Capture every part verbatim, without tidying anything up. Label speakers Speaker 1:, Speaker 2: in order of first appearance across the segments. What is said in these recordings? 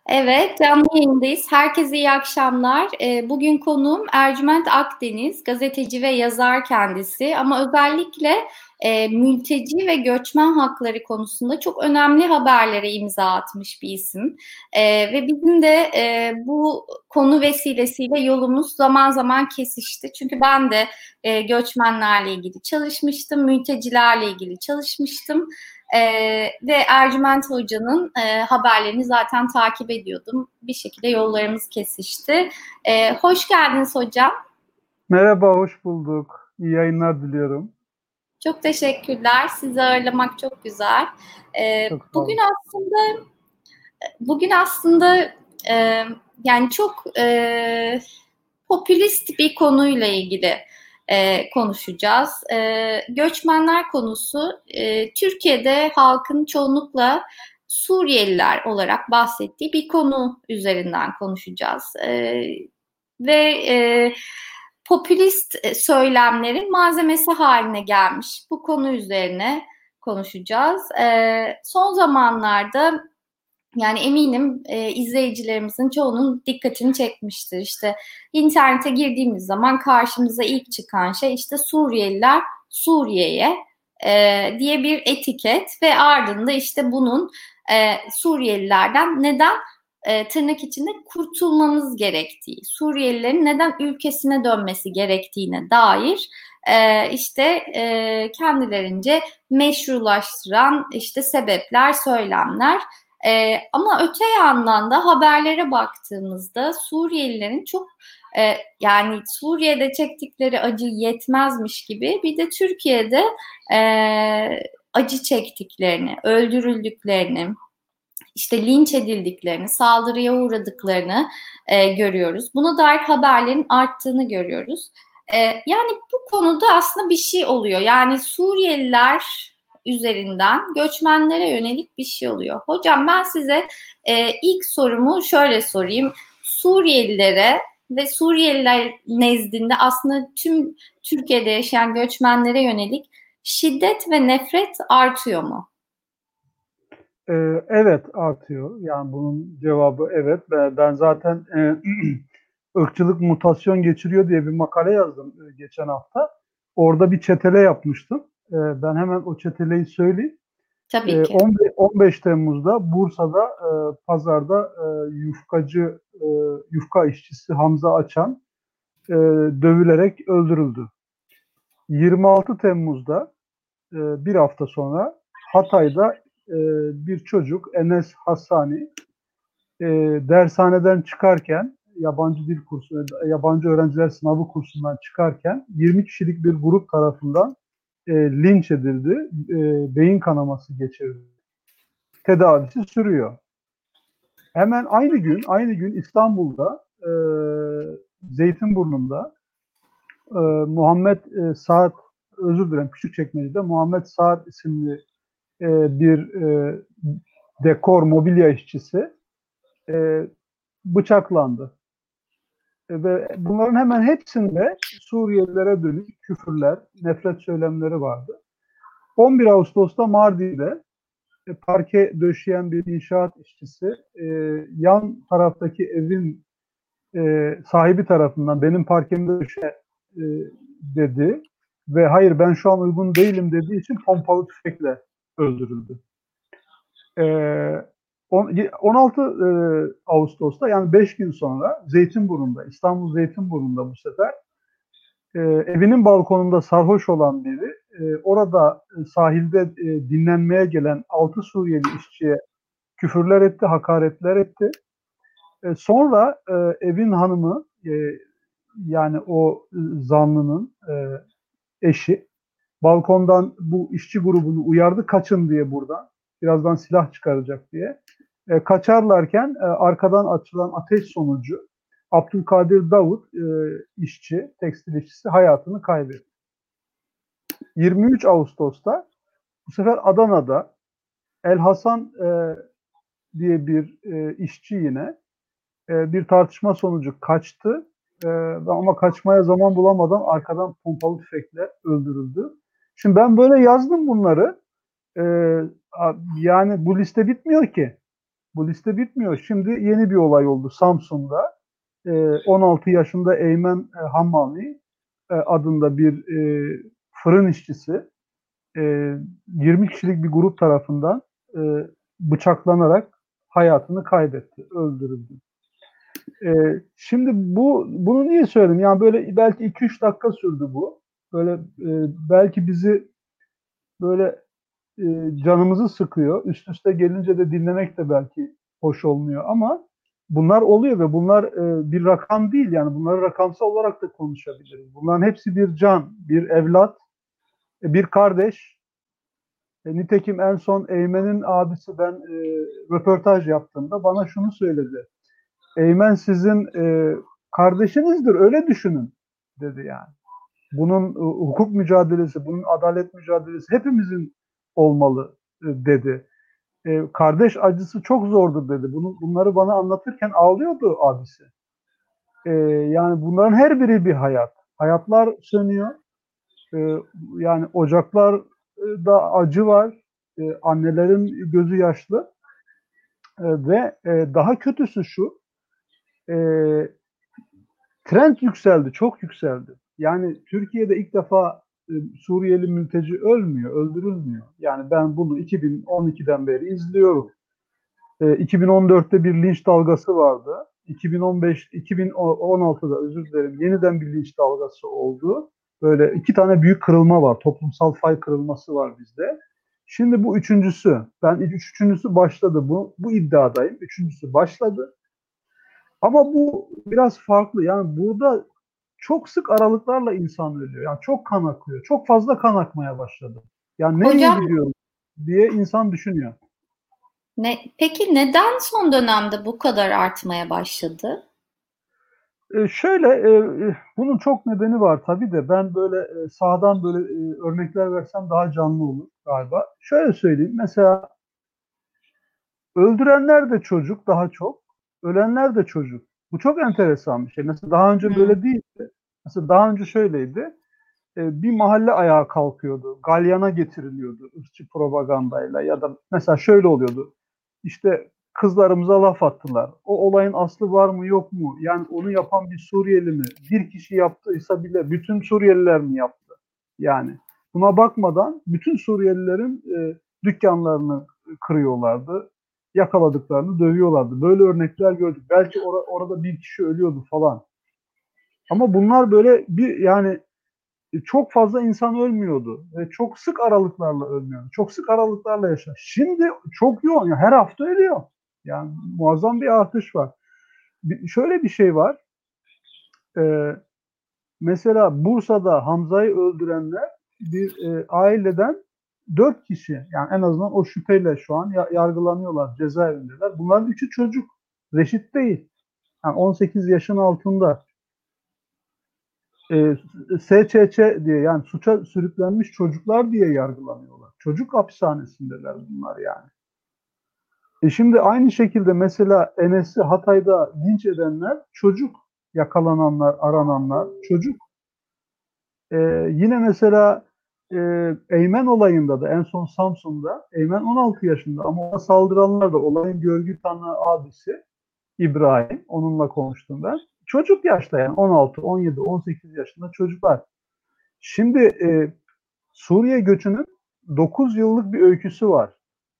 Speaker 1: Evet, canlı yayındayız. Herkese iyi akşamlar. Ee, Bugün konuğum Ercüment Akdeniz, gazeteci ve yazar kendisi. Ama özellikle e, mülteci ve göçmen hakları konusunda çok önemli haberlere imza atmış bir isim. Ee, Ve bizim de e, bu konu vesilesiyle yolumuz zaman zaman kesişti. Çünkü ben de e, göçmenlerle ilgili çalışmıştım, mültecilerle ilgili çalışmıştım. Ee, ve Ercüment Hoca'nın e, haberlerini zaten takip ediyordum. Bir şekilde yollarımız kesişti. Ee, hoş geldiniz hocam.
Speaker 2: Merhaba, hoş bulduk. İyi yayınlar diliyorum.
Speaker 1: Çok teşekkürler. Sizi ağırlamak çok güzel. Ee,
Speaker 2: Çok sağ
Speaker 1: bugün
Speaker 2: olun.
Speaker 1: aslında bugün aslında e, yani çok e, popülist bir konuyla ilgili e, konuşacağız. E, göçmenler konusu e, Türkiye'de halkın çoğunlukla Suriyeliler olarak bahsettiği bir konu üzerinden konuşacağız. E, ve e, popülist söylemlerin malzemesi haline gelmiş bu konu üzerine konuşacağız. E, son zamanlarda yani eminim e, izleyicilerimizin çoğunun dikkatini çekmiştir. İşte internete girdiğimiz zaman karşımıza ilk çıkan şey işte Suriyeliler Suriye'ye e, diye bir etiket ve ardında işte bunun e, Suriyelilerden neden e, tırnak içinde kurtulmamız gerektiği, Suriyelilerin neden ülkesine dönmesi gerektiğine dair e, işte e, kendilerince meşrulaştıran işte sebepler, söylemler. Ee, ama öte yandan da haberlere baktığımızda Suriyelilerin çok e, yani Suriye'de çektikleri acı yetmezmiş gibi bir de Türkiye'de e, acı çektiklerini, öldürüldüklerini, işte linç edildiklerini, saldırıya uğradıklarını e, görüyoruz. Buna dair haberlerin arttığını görüyoruz. E, yani bu konuda aslında bir şey oluyor. Yani Suriyeliler üzerinden göçmenlere yönelik bir şey oluyor. Hocam ben size e, ilk sorumu şöyle sorayım. Suriyelilere ve Suriyeliler nezdinde aslında tüm Türkiye'de yaşayan göçmenlere yönelik şiddet ve nefret artıyor mu?
Speaker 2: Ee, evet, artıyor. Yani bunun cevabı evet. Ben, ben zaten e, ırkçılık mutasyon geçiriyor diye bir makale yazdım e, geçen hafta. Orada bir çetele yapmıştım. E, ben hemen o çeteleyi söyleyeyim.
Speaker 1: Tabii
Speaker 2: E,
Speaker 1: ki.
Speaker 2: on beş on beş Temmuz'da Bursa'da e, pazarda e, yufkacı, e, yufka işçisi Hamza Açan e, dövülerek öldürüldü. yirmi altı Temmuz'da e, bir hafta sonra Hatay'da e, bir çocuk Enes Hassani e, dershaneden çıkarken yabancı dil kursu, yabancı öğrenciler sınavı kursundan çıkarken yirmi kişilik bir grup tarafından e, linç edildi. E, beyin kanaması geçirdi. Tedavisi sürüyor. Hemen aynı gün, aynı gün İstanbul'da e, Zeytinburnu'nda e, Muhammed e, Saat, özür dilerim, Küçükçekmece'de Muhammed Saat isimli e, bir e, dekor mobilya işçisi e, bıçaklandı. E, ve bunların hemen hepsinde Suriyelilere dönük küfürler, nefret söylemleri vardı. on bir Ağustos'ta Mardin'de e, parke döşeyen bir inşaat işçisi e, yan taraftaki evin e, sahibi tarafından benim parkemi döşe e, dedi ve hayır ben şu an uygun değilim dediği için pompalı tüfekle öldürüldü. Ee, on altı e, Ağustos'ta yani beş gün sonra Zeytinburnu'nda, İstanbul Zeytinburnu'nda bu sefer e, evinin balkonunda sarhoş olan biri e, orada e, sahilde e, dinlenmeye gelen altı Suriyeli işçiye küfürler etti, hakaretler etti. E, sonra e, evin hanımı e, yani o zanlının e, eşi balkondan bu işçi grubunu uyardı kaçın diye buradan. Birazdan silah çıkaracak diye. E, kaçarlarken e, arkadan açılan ateş sonucu Abdülkadir Davut e, işçi, tekstil işçisi hayatını kaybetti. yirmi üç Ağustos'ta bu sefer Adana'da El Hasan e, diye bir e, işçi yine e, bir tartışma sonucu kaçtı. E, ama kaçmaya zaman bulamadan arkadan pompalı tüfekle öldürüldü. Şimdi ben böyle yazdım bunları. Ee, yani bu liste bitmiyor ki. Bu liste bitmiyor. Şimdi yeni bir olay oldu Samsun'da. Ee, on altı yaşında Eymen e, Hammami e, adında bir e, fırın işçisi e, yirmi kişilik bir grup tarafından e, bıçaklanarak hayatını kaybetti, öldürüldü. E, Şimdi bu bunu niye söyledim? Yani böyle belki iki üç dakika sürdü bu. Böyle e, belki bizi böyle e, canımızı sıkıyor. Üst üste gelince de dinlemek de belki hoş olmuyor ama bunlar oluyor ve bunlar e, bir rakam değil, yani bunları rakamsal olarak da konuşabiliriz. Bunların hepsi bir can, bir evlat, e, bir kardeş. E, nitekim en son Eymen'in abisi, ben e, röportaj yaptığımda bana şunu söyledi. Eymen sizin e, kardeşinizdir, öyle düşünün dedi yani. Bunun e, hukuk mücadelesi, bunun adalet mücadelesi hepimizin olmalı e, dedi. E, kardeş acısı çok zordur dedi. Bunu, bunları bana anlatırken ağlıyordu abisi. E, Yani bunların her biri bir hayat. Hayatlar sönüyor. E, Yani ocaklarda acı var. E, annelerin gözü yaşlı. E, ve e, daha kötüsü şu. E, Trend yükseldi, çok yükseldi. Yani Türkiye'de ilk defa e, Suriyeli mülteci ölmüyor, öldürülmüyor. Yani ben bunu iki bin on ikiden beri izliyorum. E, iki bin on dörtte bir linç dalgası vardı. iki bin on beş, iki bin on altıda özür dilerim, yeniden bir linç dalgası oldu. Böyle iki tane büyük kırılma var, toplumsal fay kırılması var bizde. Şimdi bu üçüncüsü. Ben üç, üçüncüsü başladı. Bu, bu iddiadayım. Üçüncüsü başladı. Ama bu biraz farklı. Yani burada çok sık aralıklarla insan ölüyor. Yani çok kan akıyor. Çok fazla kan akmaya başladı. Yani nereye
Speaker 1: Hocam,
Speaker 2: gidiyoruz diye insan düşünüyor.
Speaker 1: ne, peki neden son dönemde bu kadar artmaya başladı?
Speaker 2: E, şöyle, e, e, bunun çok nedeni var tabii de ben böyle e, sağdan böyle e, örnekler versem daha canlı olur galiba. Şöyle söyleyeyim. Mesela öldürenler de çocuk daha çok. Ölenler de çocuk. Bu çok enteresan bir şey. Mesela daha önce
Speaker 1: Hmm.
Speaker 2: böyle değildi. Mesela daha önce şöyleydi. E, bir mahalle ayağa kalkıyordu. Galyana getiriliyordu ırkçı propagandayla, ya da mesela şöyle oluyordu. İşte kızlarımıza laf attılar. O olayın aslı var mı yok mu? Yani onu yapan bir Suriyeli mi? Bir kişi yaptıysa bile bütün Suriyeliler mi yaptı? Yani buna bakmadan bütün Suriyelilerin e, dükkanlarını kırıyorlardı. Yakaladıklarını dövüyorlardı. Böyle örnekler gördük. Belki or- orada bir kişi ölüyordu falan. Ama bunlar böyle bir, yani çok fazla insan ölmüyordu ve çok sık aralıklarla ölmüyordu. Çok sık aralıklarla yaşar. Şimdi çok yoğun. Yani her hafta ölüyor. Yani muazzam bir artış var. Bir, şöyle bir şey var. Ee, Mesela Bursa'da Hamza'yı öldürenler bir e, aileden dört kişi. Yani en azından o şüpheyle şu an ya, yargılanıyorlar, cezaevindeler. Bunların üçü çocuk. Reşit değil. Yani on sekiz yaşın altında. e, S Ç Ç diye, yani suça sürüklenmiş çocuklar diye yargılanıyorlar. Çocuk hapishanesindeler bunlar yani. E şimdi aynı şekilde mesela Enes'i Hatay'da linç edenler çocuk, yakalananlar, arananlar çocuk. E, Yine mesela e, Eymen olayında da, en son Samsun'da Eymen on altı yaşında ama ona saldıranlar da olayın görgü tanığı abisi İbrahim. Onunla konuştum ben. Çocuk yaşta, yani on altı, on yedi, on sekiz yaşında çocuklar. Şimdi e, Suriye göçünün dokuz yıllık bir öyküsü var.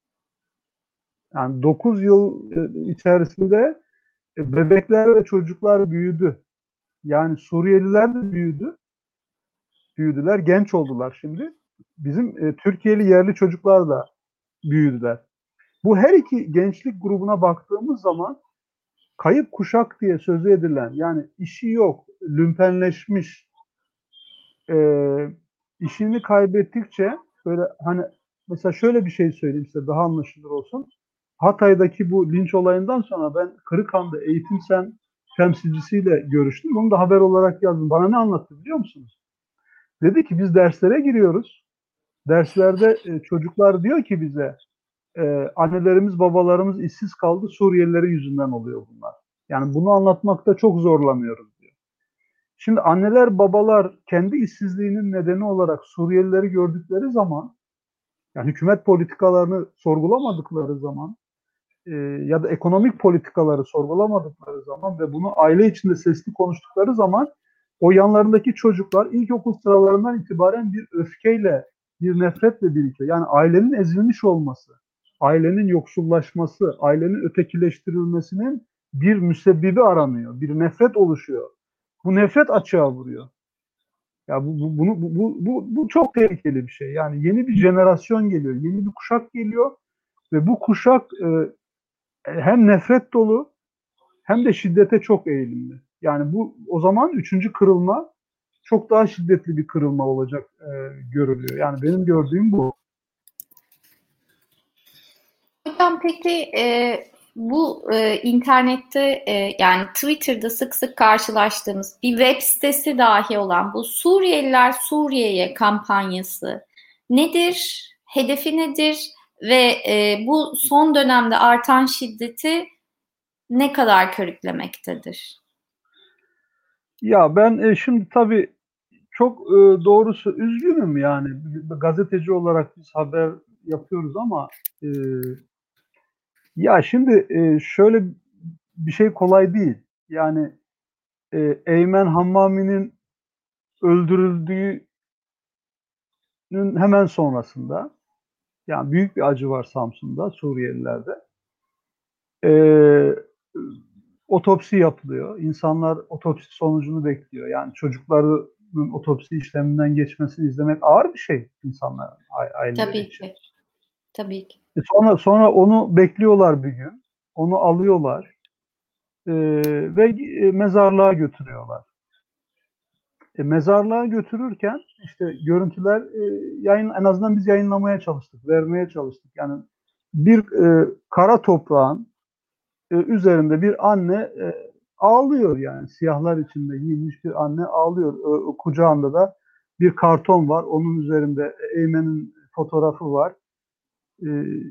Speaker 2: Yani dokuz yıl e, içerisinde e, bebekler ve çocuklar büyüdü. Yani Suriyeliler de büyüdü. Büyüdüler, genç oldular şimdi. Bizim e, Türkiye'li yerli çocuklar da büyüdüler. Bu her iki gençlik grubuna baktığımız zaman kayıp kuşak diye sözü edilen, yani işi yok, lümpenleşmiş, e, işini kaybettikçe böyle, hani mesela şöyle bir şey söyleyeyim size daha anlaşılır olsun. Hatay'daki bu linç olayından sonra ben Kırıkhan'da Eğitim Sen temsilcisiyle görüştüm. Bunu da haber olarak yazdım. Bana ne anlattı biliyor musunuz? Dedi ki biz derslere giriyoruz. Derslerde e, çocuklar diyor ki bize, e, annelerimiz babalarımız işsiz kaldı, Suriyelileri yüzünden oluyor bunlar. Yani bunu anlatmakta çok zorlanıyoruz diyor. Şimdi anneler babalar kendi işsizliğinin nedeni olarak Suriyelileri gördükleri zaman, yani hükümet politikalarını sorgulamadıkları zaman e, ya da ekonomik politikaları sorgulamadıkları zaman ve bunu aile içinde sesli konuştukları zaman o yanlarındaki çocuklar ilkokul sıralarından itibaren bir öfkeyle, bir nefretle birikiyor. Yani ailenin ezilmiş olması, ailenin yoksullaşması, ailenin ötekileştirilmesinin bir müsebbibi aranıyor. Bir nefret oluşuyor. Bu nefret açığa vuruyor. Ya bu, bu, bunu, bu, bu, bu, bu çok tehlikeli bir şey. Yani yeni bir jenerasyon geliyor, yeni bir kuşak geliyor ve bu kuşak e, hem nefret dolu hem de şiddete çok eğilimli. Yani bu o zaman üçüncü kırılma çok daha şiddetli bir kırılma olacak e, görülüyor. Yani benim gördüğüm bu.
Speaker 1: Hocam peki e, bu e, internette e, yani Twitter'da sık sık karşılaştığımız bir web sitesi dahi olan bu Suriyeliler Suriye'ye kampanyası nedir? Hedefi nedir? Ve e, bu son dönemde artan şiddeti ne kadar körüklemektedir?
Speaker 2: Ya ben e, şimdi tabii çok e, doğrusu üzgünüm yani gazeteci olarak biz haber yapıyoruz ama e, ya şimdi e, şöyle bir şey kolay değil. Yani e, Eymen Hammami'nin öldürüldüğünün hemen sonrasında yani büyük bir acı var Samsun'da Suriyelilerde. E, Otopsi yapılıyor. İnsanlar otopsi sonucunu bekliyor. Yani çocukların otopsi işleminden geçmesini izlemek ağır bir şey insanların aileleri
Speaker 1: Tabii
Speaker 2: için.
Speaker 1: ki. Tabii ki.
Speaker 2: E sonra sonra onu bekliyorlar bir gün. Onu alıyorlar e, ve e, mezarlığa götürüyorlar. E, mezarlığa götürürken işte görüntüler e, yayın en azından biz yayınlamaya çalıştık, vermeye çalıştık. Yani bir e, kara toprağın e, üzerinde bir anne e, ağlıyor yani siyahlar içinde giyinmiş bir anne ağlıyor. E, kucağında da bir karton var. Onun üzerinde Eymen'in fotoğrafı var. E,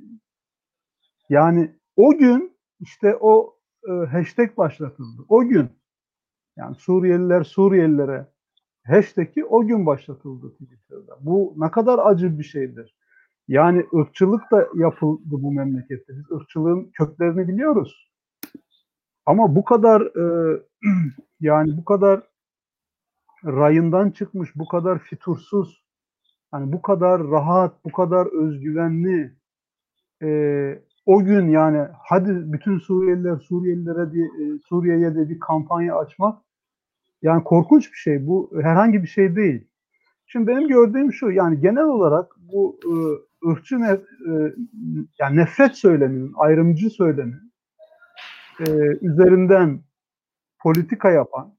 Speaker 2: Yani o gün işte o e, hashtag başlatıldı. O gün yani Suriyeliler Suriyelilere hashtag'i o gün başlatıldı Twitter'da. Bu ne kadar acı bir şeydir. Yani ırkçılık da yapıldı bu memlekette. Biz ırkçılığın köklerini biliyoruz. Ama bu kadar e, yani bu kadar rayından çıkmış, bu kadar fitursuz, hani bu kadar rahat, bu kadar özgüvenli e, o gün yani hadi bütün Suriyeliler Suriyelilere diye e, Suriye'ye de bir kampanya açmak yani korkunç bir şey. Bu herhangi bir şey değil. Şimdi benim gördüğüm şu yani genel olarak bu e, ırkçı nef e, yani nefret söyleminin, ayrımcı söylemin e, üzerinden politika yapan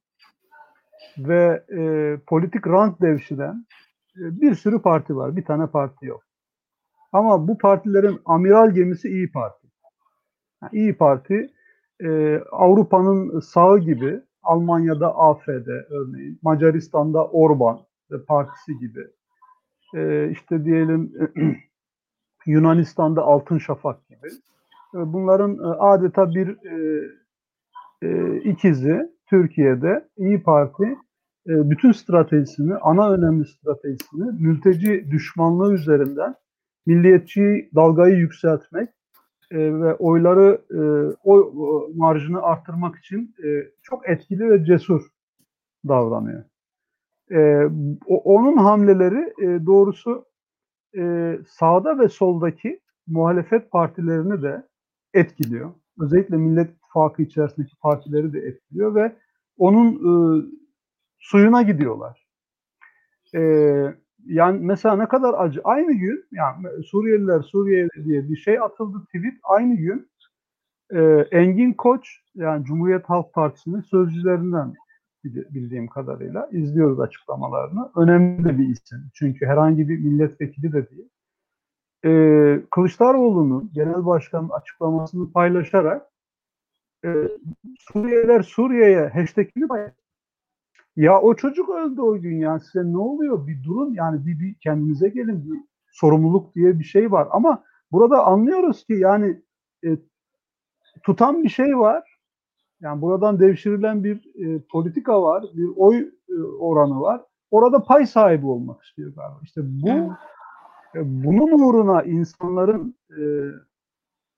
Speaker 2: ve e, politik rant devşiren e, bir sürü parti var. Bir tane parti yok. Ama bu partilerin amiral gemisi İyi Parti. Yani İyi Parti e, Avrupa'nın sağı gibi Almanya'da A F D örneğin, Macaristan'da Orban ve partisi gibi e, işte diyelim Yunanistan'da Altın Şafak gibi. E, bunların e, adeta bir e, e, ikizi Türkiye'de İyi Parti e, bütün stratejisini, ana önemli stratejisini mülteci düşmanlığı üzerinden milliyetçi dalgayı yükseltmek e, ve oyları e, oy e, marjını arttırmak için e, çok etkili ve cesur davranıyor. E, o, onun hamleleri e, doğrusu e, sağda ve soldaki muhalefet partilerini de etkiliyor. Özellikle Millet İttifakı içerisindeki partileri de etkiliyor ve onun e, suyuna gidiyorlar. E, Yani mesela ne kadar acı. Aynı gün yani Suriyeliler Suriye'de diye bir şey atıldı tweet. Aynı gün e, Engin Koç yani Cumhuriyet Halk Partisi'nin sözcülerinden bildiğim kadarıyla izliyoruz açıklamalarını. Önemli de bir isim. Çünkü herhangi bir milletvekili de değil. Ee, Kılıçdaroğlu'nun genel başkanın açıklamasını paylaşarak e, Suriyeliler Suriye'ye hashtag'ini paylaştı. Ya o çocuk öldü o gün ya size ne oluyor? Bir durun yani bir, bir kendinize gelin bir sorumluluk diye bir şey var. Ama burada anlıyoruz ki yani e, tutan bir şey var. Yani buradan devşirilen bir e, politika var, bir oy e, oranı var. Orada pay sahibi olmak istiyor galiba. İşte bu
Speaker 1: Evet.
Speaker 2: e, bunun uğruna insanların e,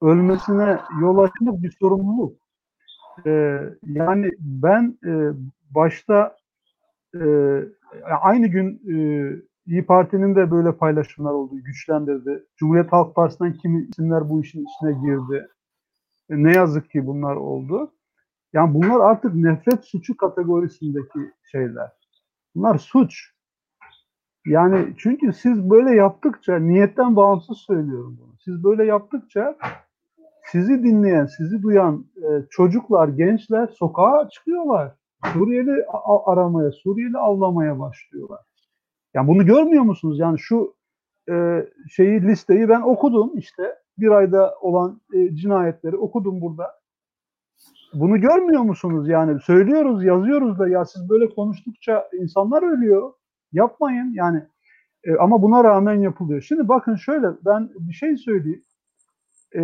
Speaker 2: ölmesine yol açmak bir sorumluluk. E, yani ben e, başta e, aynı gün e, İyi Parti'nin de böyle paylaşımlar oldu, güçlendirdi. Cumhuriyet Halk Partisi'nden kimi isimler bu işin içine girdi. E, ne yazık ki bunlar oldu. Yani bunlar artık nefret suçu kategorisindeki şeyler. Bunlar suç. Yani çünkü siz böyle yaptıkça, niyetten bağımsız söylüyorum bunu. Siz böyle yaptıkça sizi dinleyen, sizi duyan e, çocuklar, gençler sokağa çıkıyorlar. Suriyeli aramaya, Suriyeli avlamaya başlıyorlar. Yani bunu görmüyor musunuz? Yani şu e, şeyi listeyi ben okudum işte. Bir ayda olan e, cinayetleri okudum burada. Bunu görmüyor musunuz? Yani söylüyoruz, yazıyoruz da ya siz böyle konuştukça insanlar ölüyor. Yapmayın yani. E, ama buna rağmen yapılıyor. Şimdi bakın şöyle ben bir şey söyleyeyim. E,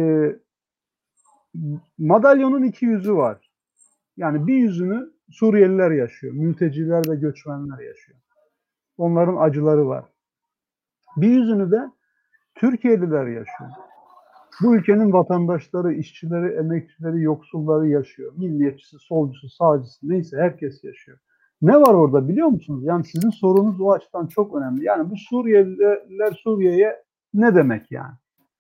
Speaker 2: madalyonun iki yüzü var. Yani bir yüzünü Suriyeliler yaşıyor. Mülteciler ve göçmenler yaşıyor. Onların acıları var. Bir yüzünü de Türkiye'liler yaşıyor. Bu ülkenin vatandaşları, işçileri, emekçileri, yoksulları yaşıyor. Milliyetçisi, solcusu, sağcısı neyse herkes yaşıyor. Ne var orada biliyor musunuz? Yani sizin sorunuz o açıdan çok önemli. Yani bu Suriyeliler Suriye'ye ne demek yani?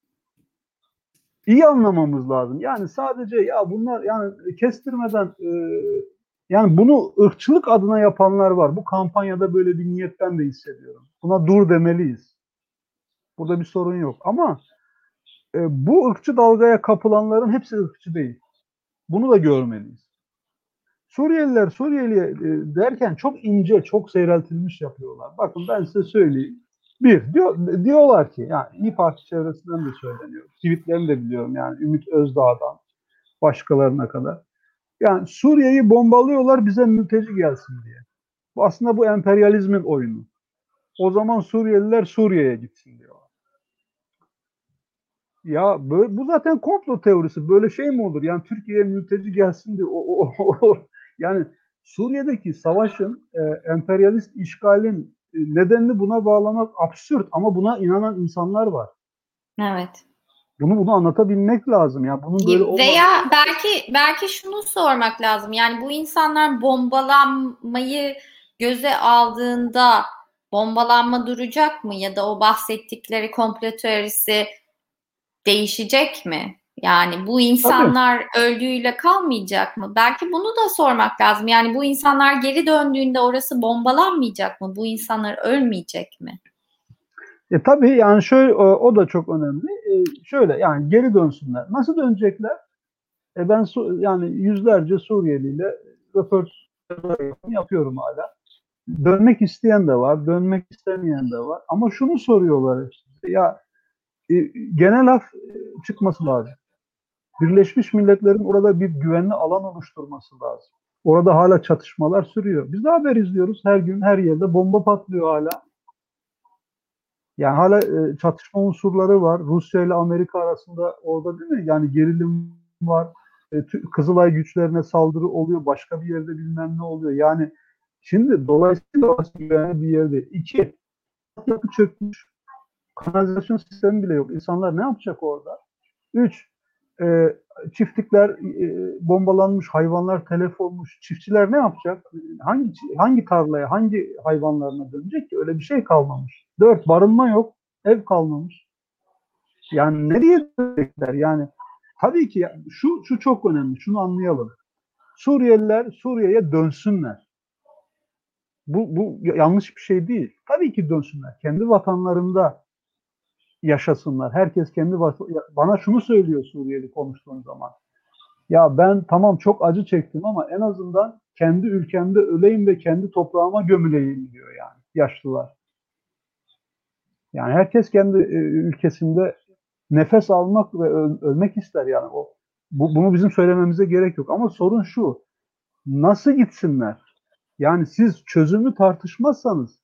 Speaker 2: İyi anlamamız lazım. Yani sadece ya bunlar yani kestirmeden e, yani bunu ırkçılık adına yapanlar var. Bu kampanyada böyle bir niyetten de hissediyorum. Buna dur demeliyiz. Burada bir sorun yok. Ama e, bu ırkçı dalgaya kapılanların hepsi ırkçı değil. Bunu da görmeliyiz. Suriyeliler Suriyeli e, derken çok ince, çok seyreltilmiş yapıyorlar. Bakın ben size söyleyeyim. Bir, diyor, diyorlar ki, yani İYİ Parti çevresinden de söyleniyor. Tweetlerini de biliyorum yani Ümit Özdağ'dan başkalarına kadar. Yani Suriye'yi bombalıyorlar bize mülteci gelsin diye. Bu aslında bu emperyalizmin oyunu. O zaman Suriyeliler Suriye'ye gitsin diyorlar. Ya böyle, bu zaten komplo teorisi. Böyle şey mi olur? Yani Türkiye'ye mülteci gelsin diye. O, o, o, yani Suriye'deki savaşın, e, emperyalist işgalin e, nedenini buna bağlamak absürt ama buna inanan insanlar var.
Speaker 1: Evet.
Speaker 2: Bunu bunu anlatabilmek lazım. Ya bunun böyle olmadığı...
Speaker 1: Veya belki belki şunu sormak lazım. Yani bu insanlar bombalanmayı göze aldığında bombalanma duracak mı ya da o bahsettikleri komplo teorisi değişecek mi? Yani bu
Speaker 2: Tabii.
Speaker 1: insanlar öldüğüyle kalmayacak mı? Belki bunu da sormak lazım. Yani bu insanlar geri döndüğünde orası bombalanmayacak mı? Bu insanlar ölmeyecek mi?
Speaker 2: E tabii yani şöyle o, o da çok önemli. E, şöyle yani geri dönsünler. Nasıl dönecekler? E ben su, yani yüzlerce Suriyeliyle röportaj yapıyorum hala. Dönmek isteyen de var, dönmek istemeyen de var. Ama şunu soruyorlar işte. Ya e, genel af e, çıkması lazım. Birleşmiş Milletler'in orada bir güvenli alan oluşturması lazım. Orada hala çatışmalar sürüyor. Biz de haber izliyoruz. Her gün her yerde bomba patlıyor hala. Yani hala e, çatışma unsurları var. Rusya ile Amerika arasında orada değil mi? Yani gerilim var. E, Kızılay güçlerine saldırı oluyor. Başka bir yerde bilmem ne oluyor. Yani şimdi dolayısıyla orası güvenli bir yerde. İki, yapı çökmüş. Kanalizasyon sistemi bile yok. İnsanlar ne yapacak orada? Üç, e, çiftlikler e, bombalanmış, hayvanlar telef olmuş. Çiftçiler ne yapacak? Hangi hangi tarlaya, hangi hayvanlarına dönecek ki? Öyle bir şey kalmamış. Dört, barınma yok, ev kalmamış. Yani nereye dönecekler? Yani tabii ki şu şu çok önemli. Şunu anlayalım. Suriyeliler Suriye'ye dönsünler. Bu, bu yanlış bir şey değil. Tabii ki dönsünler. Kendi vatanlarında yaşasınlar. Herkes kendi bana şunu söylüyor Suriyeli konuştuğum zaman. Ya ben tamam çok acı çektim ama en azından kendi ülkemde öleyim ve kendi toprağıma gömüleyim diyor yani yaşlılar. Yani herkes kendi e, ülkesinde nefes almak ve öl, ölmek ister yani. O bu, bunu bizim söylememize gerek yok. Ama sorun şu. Nasıl gitsinler? Yani siz çözümü tartışmazsanız,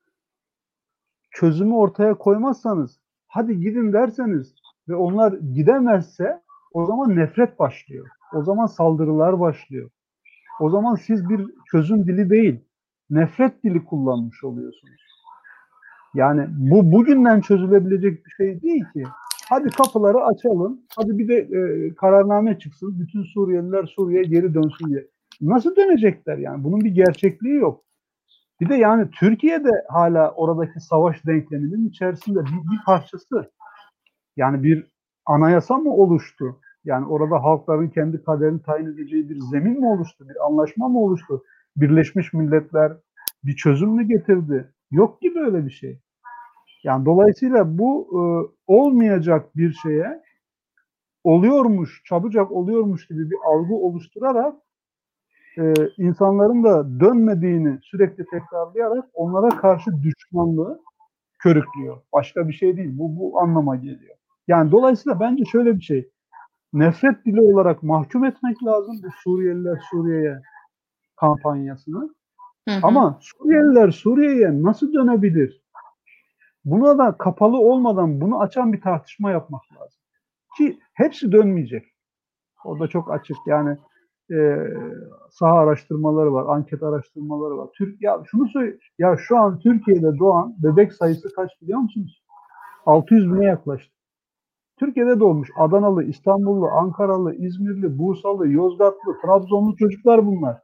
Speaker 2: çözümü ortaya koymazsanız, hadi gidin derseniz ve onlar gidemezse o zaman nefret başlıyor. O zaman saldırılar başlıyor. O zaman siz bir çözüm dili değil, nefret dili kullanmış oluyorsunuz. Yani bu bugünden çözülebilecek bir şey değil ki. Hadi kapıları açalım. Hadi bir de e, kararname çıksın. Bütün Suriyeliler Suriye'ye geri dönsün diye. Nasıl dönecekler yani? Bunun bir gerçekliği yok. Bir de yani Türkiye de hala oradaki savaş denkleminin içerisinde bir, bir parçası. Yani bir anayasa mı oluştu? Yani orada halkların kendi kaderini tayin edeceği bir zemin mi oluştu? Bir anlaşma mı oluştu? Birleşmiş Milletler bir çözüm mü getirdi? Yok ki böyle bir şey. Yani dolayısıyla bu e, olmayacak bir şeye oluyormuş, çabucak oluyormuş gibi bir algı oluşturarak e, insanların da dönmediğini sürekli tekrarlayarak onlara karşı düşmanlığı körüklüyor. Başka bir şey değil. Bu bu anlama geliyor. Yani dolayısıyla bence şöyle bir şey. Nefret dili olarak mahkum etmek lazım bu Suriyeliler Suriye'ye kampanyasını.
Speaker 1: Hı hı.
Speaker 2: Ama Suriyeliler Suriye'ye nasıl dönebilir? Buna da kapalı olmadan bunu açan bir tartışma yapmak lazım. Ki hepsi dönmeyecek. O da çok açık. Yani e, saha araştırmaları var, anket araştırmaları var. Türk ya şunu söyle ya şu an Türkiye'de doğan bebek sayısı kaç biliyor musunuz? altı yüz bine yaklaştı. Türkiye'de doğmuş Adanalı, İstanbullu, Ankaralı, İzmirli, Bursalı, Yozgatlı, Trabzonlu çocuklar bunlar.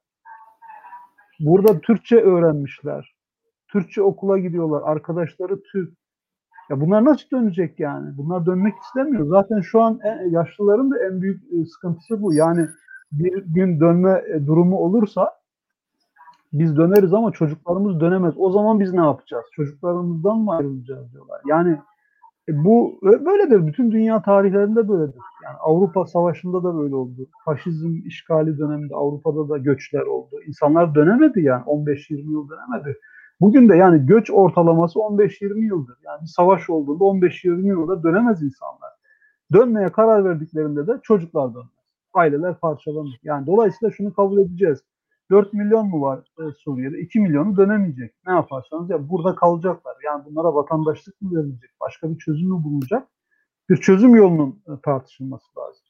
Speaker 2: Burada Türkçe öğrenmişler. Türkçe okula gidiyorlar. Arkadaşları Türk. Ya bunlar nasıl dönecek yani? Bunlar dönmek istemiyor. Zaten şu an en, yaşlıların da en büyük e, sıkıntısı bu. Yani bir gün dönme e, durumu olursa biz döneriz ama çocuklarımız dönemez. O zaman biz ne yapacağız? Çocuklarımızdan mı ayrılacağız diyorlar. Yani e, bu böyledir. Bütün dünya tarihlerinde böyledir. Yani Avrupa Savaşı'nda da böyle oldu. Faşizm işgali döneminde Avrupa'da da göçler oldu. İnsanlar dönemedi yani on beş yirmi yıl dönemedi. Bugün de yani göç ortalaması on beş yirmi yıldır. Yani bir savaş olduğunda on beş yirmi yılda dönemez insanlar. Dönmeye karar verdiklerinde de çocuklar dönmez. Aileler parçalanır. Yani dolayısıyla şunu kabul edeceğiz. dört milyon mu var e, Suriye'de? iki milyonu dönemeyecek. Ne yaparsanız ya burada kalacaklar. Yani bunlara vatandaşlık mı verilecek? Başka bir çözüm mü bulunacak? Bir çözüm yolunun e, tartışılması lazım.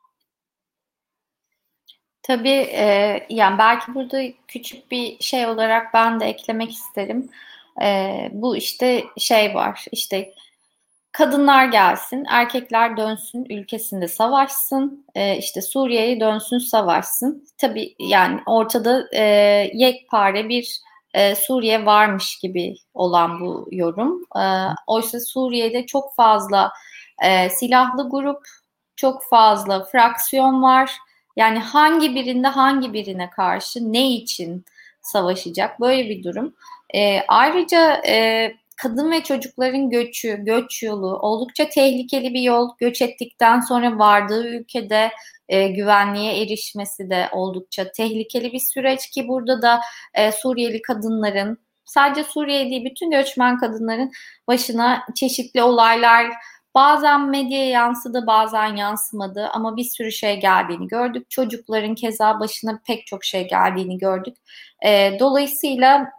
Speaker 1: Tabii e, yani belki burada küçük bir şey olarak ben de eklemek isterim. E, bu işte şey var, işte kadınlar gelsin, erkekler dönsün, ülkesinde savaşsın, e, işte Suriye'ye dönsün, savaşsın. Tabii yani ortada e, yekpare bir e, Suriye varmış gibi olan bu yorum. E, oysa Suriye'de çok fazla e, silahlı grup, çok fazla fraksiyon var. Yani hangi birinde hangi birine karşı ne için savaşacak, böyle bir durum. E, ayrıca e, kadın ve çocukların göçü, göç yolu oldukça tehlikeli bir yol. Göç ettikten sonra vardığı ülkede e, güvenliğe erişmesi de oldukça tehlikeli bir süreç ki burada da e, Suriyeli kadınların, sadece Suriye değil bütün göçmen kadınların başına çeşitli olaylar bazen medyaya yansıdı, bazen yansımadı ama bir sürü şey geldiğini gördük. Çocukların keza başına pek çok şey geldiğini gördük. E, dolayısıyla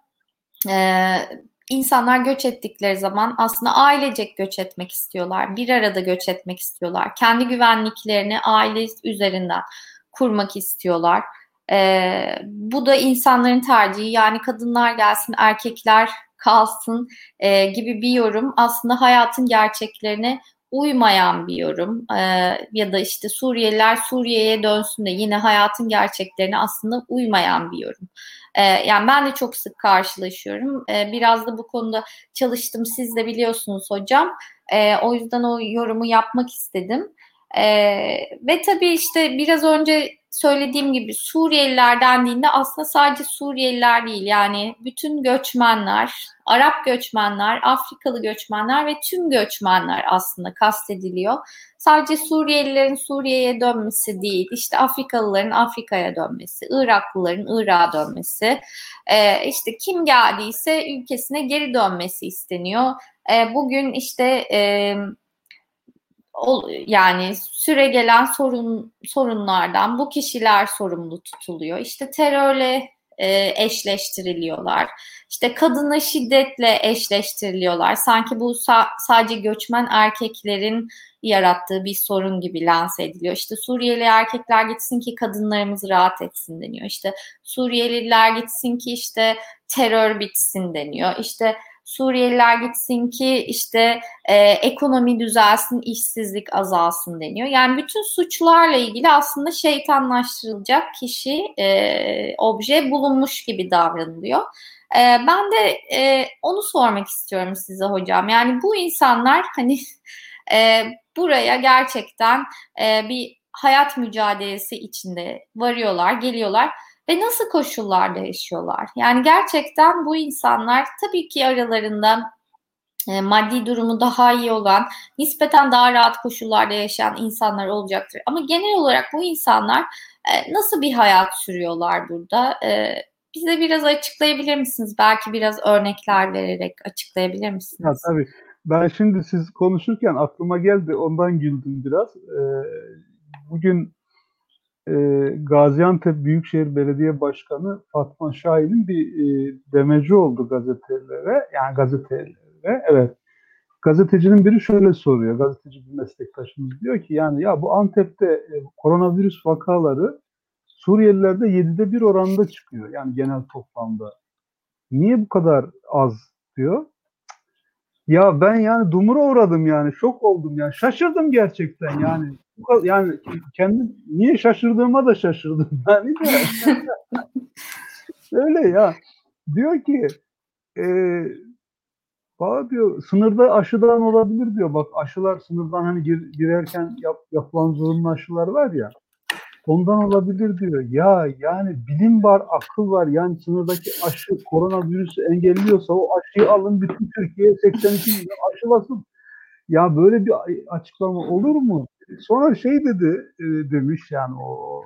Speaker 1: e, insanlar göç ettikleri zaman aslında ailecek göç etmek istiyorlar. Bir arada göç etmek istiyorlar. Kendi güvenliklerini aile üzerinden kurmak istiyorlar. E, bu da insanların tercihi. Yani kadınlar gelsin, erkekler kalsın e, gibi bir yorum aslında hayatın gerçeklerine uymayan bir yorum. E, ya da işte Suriyeliler Suriye'ye dönsün de yine hayatın gerçeklerine aslında uymayan bir yorum. Ee, yani ben de çok sık karşılaşıyorum. Ee, biraz da bu konuda çalıştım. Siz de biliyorsunuz hocam. Ee, o yüzden o yorumu yapmak istedim. Ee, ve tabii işte biraz önce söylediğim gibi Suriyeliler dendiğinde aslında sadece Suriyeliler değil. Yani bütün göçmenler, Arap göçmenler, Afrikalı göçmenler ve tüm göçmenler aslında kastediliyor. Sadece Suriyelilerin Suriye'ye dönmesi değil, işte Afrikalıların Afrika'ya dönmesi, Iraklıların Irak'a dönmesi, e, işte kim geldiyse ülkesine geri dönmesi isteniyor. E, bugün işte e, o, yani süre gelen sorun sorunlardan bu kişiler sorumlu tutuluyor. İşte terörle e, eşleştiriliyorlar. İşte kadına şiddetle eşleştiriliyorlar. Sanki bu sa- sadece göçmen erkeklerin yarattığı bir sorun gibi lanse ediliyor. İşte Suriyeli erkekler gitsin ki kadınlarımız rahat etsin deniyor. İşte Suriyeliler gitsin ki işte terör bitsin deniyor. İşte Suriyeliler gitsin ki işte e, ekonomi düzelsin, işsizlik azalsın deniyor. Yani bütün suçlarla ilgili aslında şeytanlaştırılacak kişi, e, obje bulunmuş gibi davranılıyor. E, ben de e, onu sormak istiyorum size hocam. Yani bu insanlar hani e, buraya gerçekten e, bir hayat mücadelesi içinde varıyorlar, geliyorlar ve nasıl koşullarda yaşıyorlar? Yani gerçekten bu insanlar tabii ki aralarında e, maddi durumu daha iyi olan, nispeten daha rahat koşullarda yaşayan insanlar olacaktır. Ama genel olarak bu insanlar e, nasıl bir hayat sürüyorlar burada? E, bize biraz açıklayabilir misiniz? Belki biraz örnekler vererek açıklayabilir
Speaker 2: Ya
Speaker 1: misiniz?
Speaker 2: tabii. Ben şimdi siz konuşurken aklıma geldi. Ondan güldüm biraz. Ee, bugün e, Gaziantep Büyükşehir Belediye Başkanı Fatma Şahin'in bir e, demeci oldu gazetelere. Yani gazetelere. Evet. Gazetecinin biri şöyle soruyor. Gazeteci bir meslektaşımız diyor ki yani ya bu Antep'te e, koronavirüs vakaları Suriyelilerde yedide bir oranında çıkıyor. Yani genel toplamda. Niye bu kadar az diyor. Ya ben yani dumura uğradım yani şok oldum yani şaşırdım gerçekten yani Bu kadar- yani kendim niye şaşırdığıma da şaşırdım yani de öyle ya diyor ki e, bana diyor sınırda aşıdan olabilir diyor bak aşılar sınırdan hani gir, girerken yap, yapılan zorunlu aşılar var ya ondan olabilir diyor ya yani bilim var akıl var yani sınırdaki aşı koronavirüsü engelliyorsa o aşıyı alın bütün Türkiye seksen iki milyon aşılasın. Ya böyle bir açıklama olur mu? Sonra şey dedi e, demiş yani o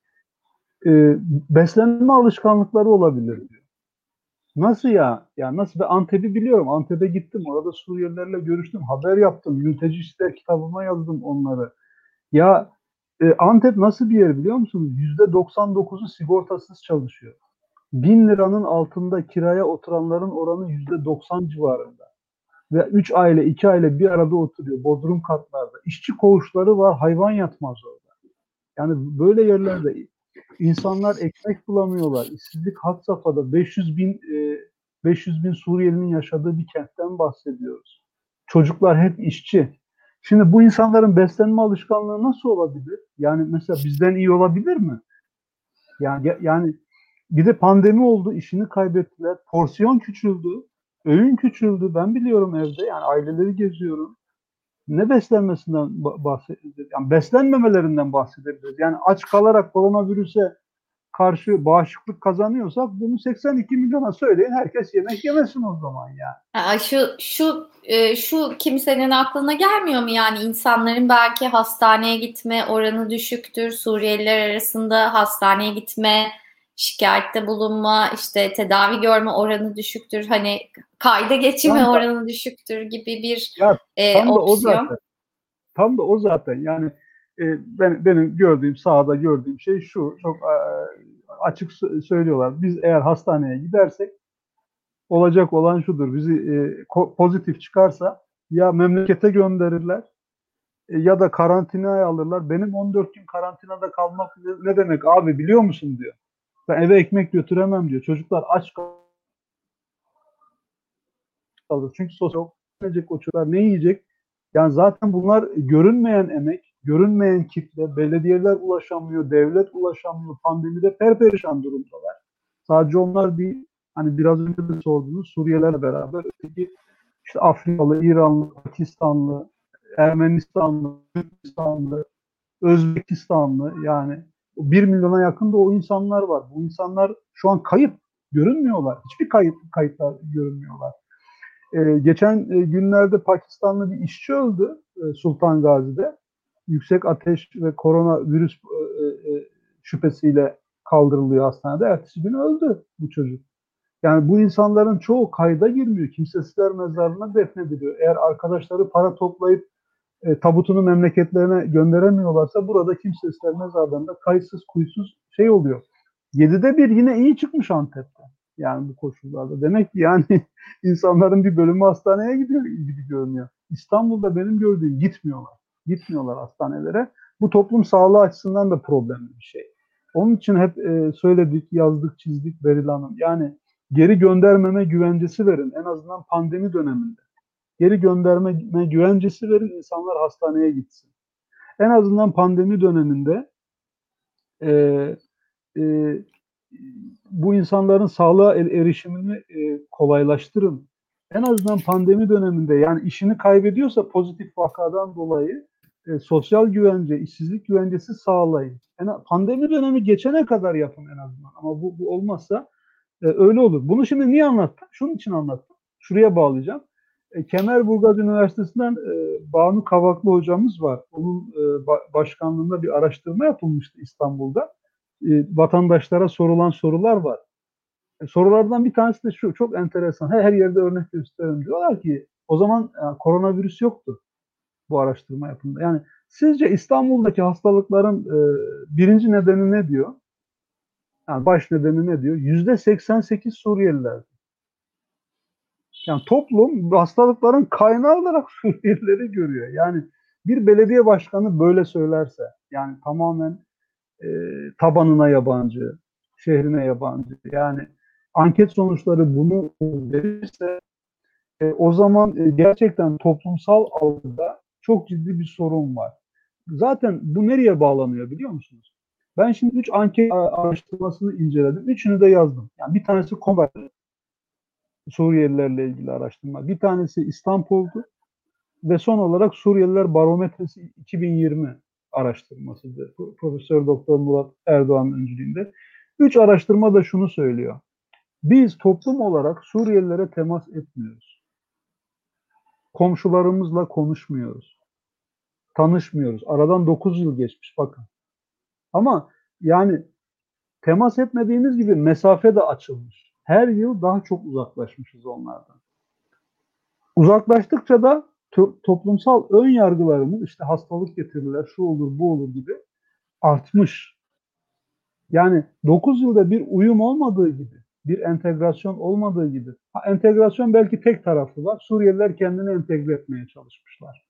Speaker 2: e, beslenme alışkanlıkları olabilir diyor. Nasıl ya? Ya nasıl? Ben Antep'i biliyorum. Antep'e gittim. Orada Suriyelilerle görüştüm. Haber yaptım. Mülteci ister kitabıma yazdım onları. Ya e, Antep nasıl bir yer biliyor musunuz? yüzde doksan dokuzu sigortasız çalışıyor. Bin liranın altında kiraya oturanların oranı yüzde doksan civarında. Ve üç aile, iki aile bir arada oturuyor. Bodrum katlarda. İşçi koğuşları var. Hayvan yatmaz orada. Yani böyle yerlerde insanlar ekmek bulamıyorlar. İşsizlik had safhada. beş yüz bin e, beş yüz bin Suriyelinin yaşadığı bir kentten bahsediyoruz. Çocuklar hep işçi. Şimdi bu insanların beslenme alışkanlığı nasıl olabilir? Yani mesela bizden iyi olabilir mi? Yani yani bir de pandemi oldu, işini kaybettiler. Porsiyon küçüldü, öğün küçüldü. Ben biliyorum evde, yani aileleri geziyorum. Ne beslenmesinden bahsediyoruz? Yani beslenmemelerinden bahsedebiliriz. Yani aç kalarak koronavirüse karşı bağışıklık kazanıyorsak bunu seksen iki milyona söyleyin. Herkes yemek yemesin o zaman yani.
Speaker 1: Aa, şu şu e, şu kimsenin aklına gelmiyor mu yani insanların belki hastaneye gitme oranı düşüktür. Suriyeliler arasında hastaneye gitme, şikayette bulunma, işte tedavi görme oranı düşüktür. Hani kayda geçirme
Speaker 2: Tam da,
Speaker 1: oranı düşüktür gibi bir
Speaker 2: ya
Speaker 1: e,
Speaker 2: tam da o
Speaker 1: opsiyon.
Speaker 2: zaten. Tam da o zaten. Yani e, ben, benim gördüğüm, sahada gördüğüm şey şu. Çok e, açık söylüyorlar. Biz eğer hastaneye gidersek olacak olan şudur. Bizi e, ko- pozitif çıkarsa ya memlekete gönderirler e, ya da karantinaya alırlar. Benim on dört gün karantinada kalmak ne, ne demek abi biliyor musun diyor. Ben eve ekmek götüremem diyor. Çocuklar aç kalır. Çünkü sosyal yiyecek o çocuklar ne yiyecek? Yani zaten bunlar görünmeyen emek, görünmeyen kitle, belediyeler ulaşamıyor, devlet ulaşamıyor, pandemide perperişan durumdalar. Sadece onlar değil, hani biraz önce de sorduğunuz Suriyelilerle beraber öteki işte Afrikalı, İranlı, Pakistanlı, Ermenistanlı, Türkistanlı, Özbekistanlı yani bir milyona yakın da o insanlar var. Bu insanlar şu an kayıp, görünmüyorlar. Hiçbir kayıp kayıtlar görünmüyorlar. Ee, geçen e, günlerde Pakistanlı bir işçi öldü e, Sultan Gazi'de. Yüksek ateş ve koronavirüs e, e, şüphesiyle kaldırılıyor hastanede. Ertesi gün öldü bu çocuk. Yani bu insanların çoğu kayda girmiyor. Kimsesizler mezarlığına defnediliyor. Eğer arkadaşları para toplayıp e, tabutunu memleketlerine gönderemiyorlarsa burada kimsesizler mezarlarında kayıtsız kuysuz şey oluyor. Yedide bir yine iyi çıkmış Antep'te. Yani bu koşullarda. Demek ki yani insanların bir bölümü hastaneye gidiyor gibi görünüyor. İstanbul'da benim gördüğüm gitmiyorlar. Gitmiyorlar hastanelere. Bu toplum sağlığı açısından da problemli bir şey. Onun için hep e, söyledik, yazdık, çizdik Beril Hanım. Yani geri göndermeme güvencesi verin. En azından pandemi döneminde. Geri gönderme güvencesi verin, insanlar hastaneye gitsin. En azından pandemi döneminde e, e, bu insanların sağlığa erişimini e, kolaylaştırın. En azından pandemi döneminde, yani işini kaybediyorsa pozitif vakadan dolayı e, sosyal güvence, işsizlik güvencesi sağlayın. Yani pandemi dönemi geçene kadar yapın en azından. Ama bu, bu olmazsa e, öyle olur. Bunu şimdi niye anlattım? Şunun için anlattım. Şuraya bağlayacağım. E, Kemerburgaz Üniversitesi'nden e, Banu Kavaklı hocamız var. Onun e, ba- başkanlığında bir araştırma yapılmıştı İstanbul'da. E, vatandaşlara sorulan sorular var. E, sorulardan bir tanesi de şu, çok enteresan. Her, her yerde örnek gösteririm. Diyorlar ki o zaman e, koronavirüs yoktu bu araştırma yapımında. Yani sizce İstanbul'daki hastalıkların e, birinci nedeni ne diyor? Yani baş nedeni ne diyor? Yüzde seksen sekiz Suriyeliler. Yani toplum hastalıkların kaynağı olarak Suriyelileri görüyor. Yani bir belediye başkanı böyle söylerse, yani tamamen e, tabanına yabancı, şehrine yabancı. Yani anket sonuçları bunu verirse e, o zaman e, gerçekten toplumsal algıda çok ciddi bir sorun var. Zaten bu nereye bağlanıyor biliyor musunuz? Ben şimdi üç anket araştırmasını inceledim. Üçünü de yazdım. Yani bir tanesi Kombate, Suriyelilerle ilgili araştırma. Bir tanesi İstanbul'du ve son olarak Suriyeliler Barometresi iki bin yirmi araştırmasıydı. Profesör Doktor Murat Erdoğan öncülüğünde. Üç araştırma da şunu söylüyor. Biz toplum olarak Suriyelilere temas etmiyoruz. Komşularımızla konuşmuyoruz. Tanışmıyoruz. Aradan dokuz yıl geçmiş bakın. Ama yani temas etmediğimiz gibi mesafe de açılmış. Her yıl daha çok uzaklaşmışız onlardan. Uzaklaştıkça da to- toplumsal ön yargılarımız, işte hastalık getirirler, şu olur, bu olur gibi artmış. Yani dokuz yılda bir uyum olmadığı gibi, bir entegrasyon olmadığı gibi. Ha, entegrasyon belki tek taraflı var. Suriyeliler kendini entegre etmeye çalışmışlar.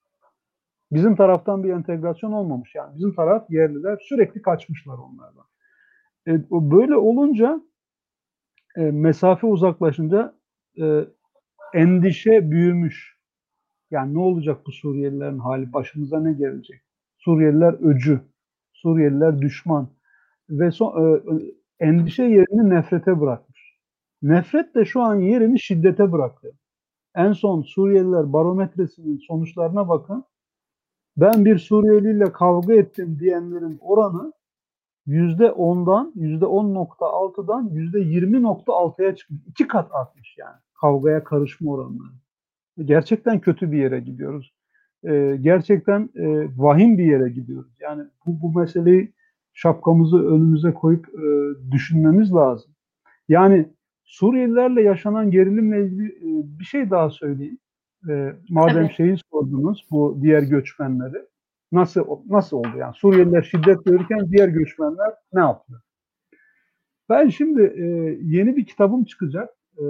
Speaker 2: Bizim taraftan bir entegrasyon olmamış. Yani bizim taraf, yerliler sürekli kaçmışlar onlardan. E, böyle olunca e, mesafe uzaklaşınca e, endişe büyümüş. Yani ne olacak bu Suriyelilerin hali? Başımıza ne gelecek? Suriyeliler öcü, Suriyeliler düşman ve son, e, endişe yerini nefrete bırakmış. Nefret de şu an yerini şiddete bıraktı. En son Suriyeliler Barometresi'nin sonuçlarına bakın. Ben bir Suriyeliyle kavga ettim diyenlerin oranı yüzde ondan, yüzde on nokta altıdan yüzde yirmi nokta altıya çıkmış. İki kat artmış yani kavgaya karışma oranları. Gerçekten kötü bir yere gidiyoruz. Ee, gerçekten e, vahim bir yere gidiyoruz. Yani bu, bu meseleyi şapkamızı önümüze koyup e, düşünmemiz lazım. Yani Suriyelilerle yaşanan gerilimle ilgili e, bir şey daha söyleyeyim. E, madem
Speaker 1: Tabii.
Speaker 2: şeyi sordunuz, bu diğer göçmenleri nasıl nasıl oldu? Yani Suriyeliler şiddet görürken diğer göçmenler ne yapıyor? Ben şimdi e, yeni bir kitabım çıkacak. E,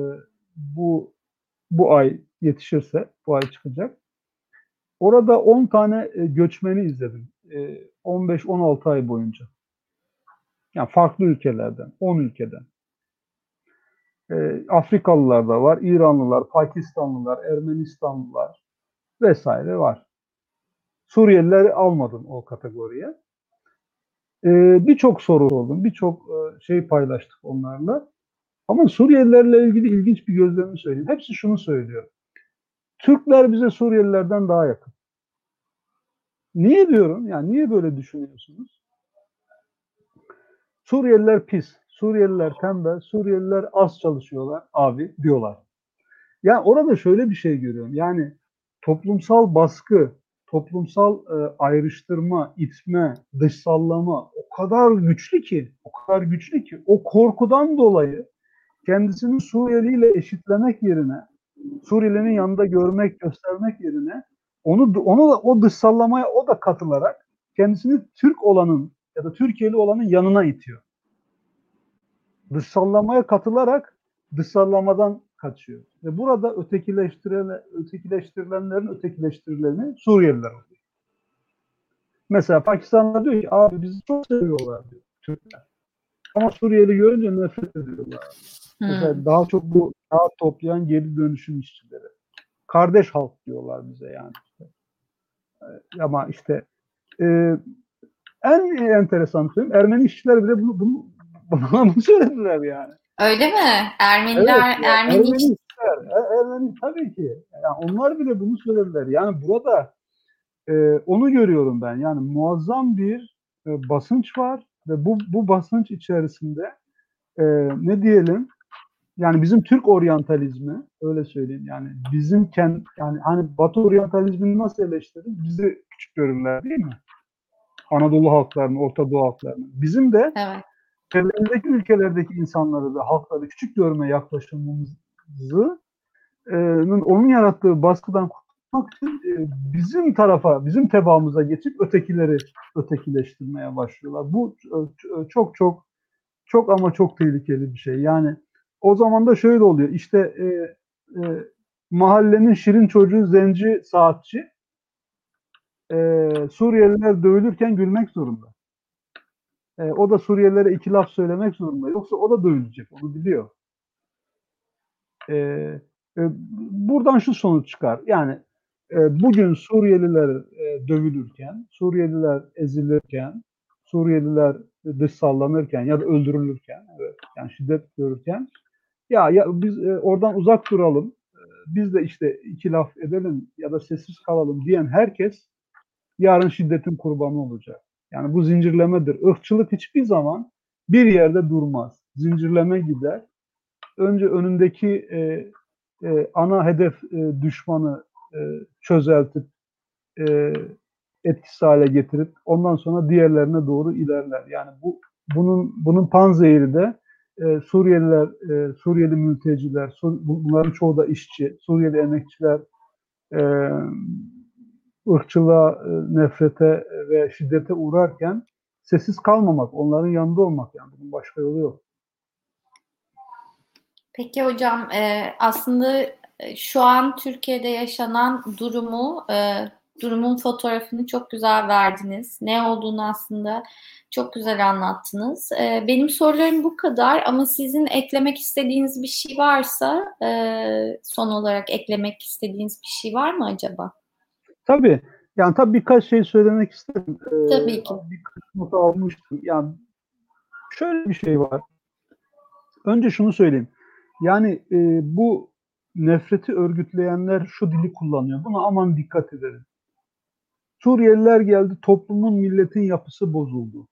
Speaker 2: bu bu ay yetişirse, bu ay çıkacak. Orada on tane e, göçmeni izledim. E, on beş on altı ay boyunca. Yani farklı ülkelerden, on ülkeden. E, Afrikalılar da var, İranlılar, Pakistanlılar, Ermenistanlılar vesaire var. Suriyelileri almadım o kategoriye. E, birçok soru sordum, birçok e, şey paylaştık onlarla. Ama Suriyelilerle ilgili ilginç bir gözlemimi söyleyeyim. Hepsi şunu söylüyor. Türkler bize Suriyelilerden daha yakın. Niye diyorum? Yani niye böyle düşünüyorsunuz? Suriyeliler pis, Suriyeliler tembel, Suriyeliler az çalışıyorlar abi diyorlar. Yani orada şöyle bir şey görüyorum. Yani toplumsal baskı, toplumsal e, ayrıştırma, itme, dışsallama o kadar güçlü ki, o kadar güçlü ki o korkudan dolayı kendisini Suriyeli ile eşitlemek yerine, Suriyelinin yanında görmek, göstermek yerine onu onu da, o dışsallamaya o da katılarak kendisini Türk olanın ya da Türkiye'li olanın yanına itiyor. Dışsallamaya katılarak dışsallamadan kaçıyor. Ve burada ötekileştirilen, ötekileştirilenlerin ötekileştirileni Suriyeliler oluyor. Mesela Pakistanlılar diyor ki abi bizi çok seviyorlar diyor Türkler. Ama Suriyeli görünce nefret ediyorlar.
Speaker 1: Hmm.
Speaker 2: Mesela daha çok bu kağıt toplayan geri dönüşüm işçileri. Kardeş halk diyorlar bize yani. Ama işte e, en enteresan söyleyeyim, Ermeni işçiler bile bunu, bunu, bana bunu söylediler yani.
Speaker 1: Öyle mi?
Speaker 2: Evet
Speaker 1: Ermeniler,
Speaker 2: ya,
Speaker 1: Ermeni iş-
Speaker 2: Ermeni işçiler, e- Ermeni tabii ki. Yani onlar bile bunu söylediler. Yani burada e, onu görüyorum ben. Yani muazzam bir e, basınç var ve bu bu basınç içerisinde e, ne diyelim, yani bizim Türk oryantalizmi, öyle söyleyeyim, yani bizim kend, yani hani Batı oryantalizmini nasıl eleştiririz? Bizi küçük görürler değil mi? Anadolu halklarını, Orta Doğu halklarını. Bizim de
Speaker 1: Evet.
Speaker 2: çevremizdeki ülkelerdeki insanları da halkları küçük görme yaklaşımımızı e, onun yarattığı baskıdan kurtulmak için e, bizim tarafa, bizim tebaamıza geçip ötekileri ötekileştirmeye başlıyorlar. Bu e, çok çok çok ama çok tehlikeli bir şey. Yani o zaman da şöyle oluyor. İşte e, e, mahallenin şirin çocuğu zenci saatçi e, Suriyeliler dövülürken gülmek zorunda. E, o da Suriyelilere iki laf söylemek zorunda. Yoksa o da dövülecek. Onu biliyor. E, e, Buradan şu sonuç çıkar. Yani e, bugün Suriyeliler e, dövülürken, Suriyeliler ezilirken, Suriyeliler dış sallanırken ya da öldürülürken, evet, yani şiddet görürken, ya, ya biz e, oradan uzak duralım, e, biz de işte iki laf edelim ya da sessiz kalalım diyen herkes yarın şiddetin kurbanı olacak. Yani bu zincirlemedir. Irkçılık hiçbir zaman bir yerde durmaz. Zincirleme gider. Önce önündeki e, e, ana hedef e, düşmanı e, çözeltip e, etkisiz hale getirip ondan sonra diğerlerine doğru ilerler. Yani bu bunun bunun panzehiri de e, Suriyeliler, e, Suriyeli mülteciler, Sur, bunların çoğu da işçi, Suriyeli emekçiler e, ırkçılığa, e, nefrete ve şiddete uğrarken sessiz kalmamak, onların yanında olmak, yani bunun başka yolu yok.
Speaker 1: Peki hocam, e, aslında e, şu an Türkiye'de yaşanan durumu, e, durumun fotoğrafını çok güzel verdiniz. Ne olduğunu aslında çok güzel anlattınız. E, benim sorularım bu kadar ama sizin eklemek istediğiniz bir şey varsa, e, son olarak eklemek istediğiniz bir şey var mı acaba?
Speaker 2: Tabii, yani tabii birkaç şey söylemek isterim. Ee,
Speaker 1: Tabii ki.
Speaker 2: birkaç not almıştım. Yani şöyle bir şey var. Önce şunu söyleyeyim. Yani e, bu nefreti örgütleyenler şu dili kullanıyor. Buna aman dikkat edelim. Suriyeliler geldi, toplumun, milletin yapısı bozuldu.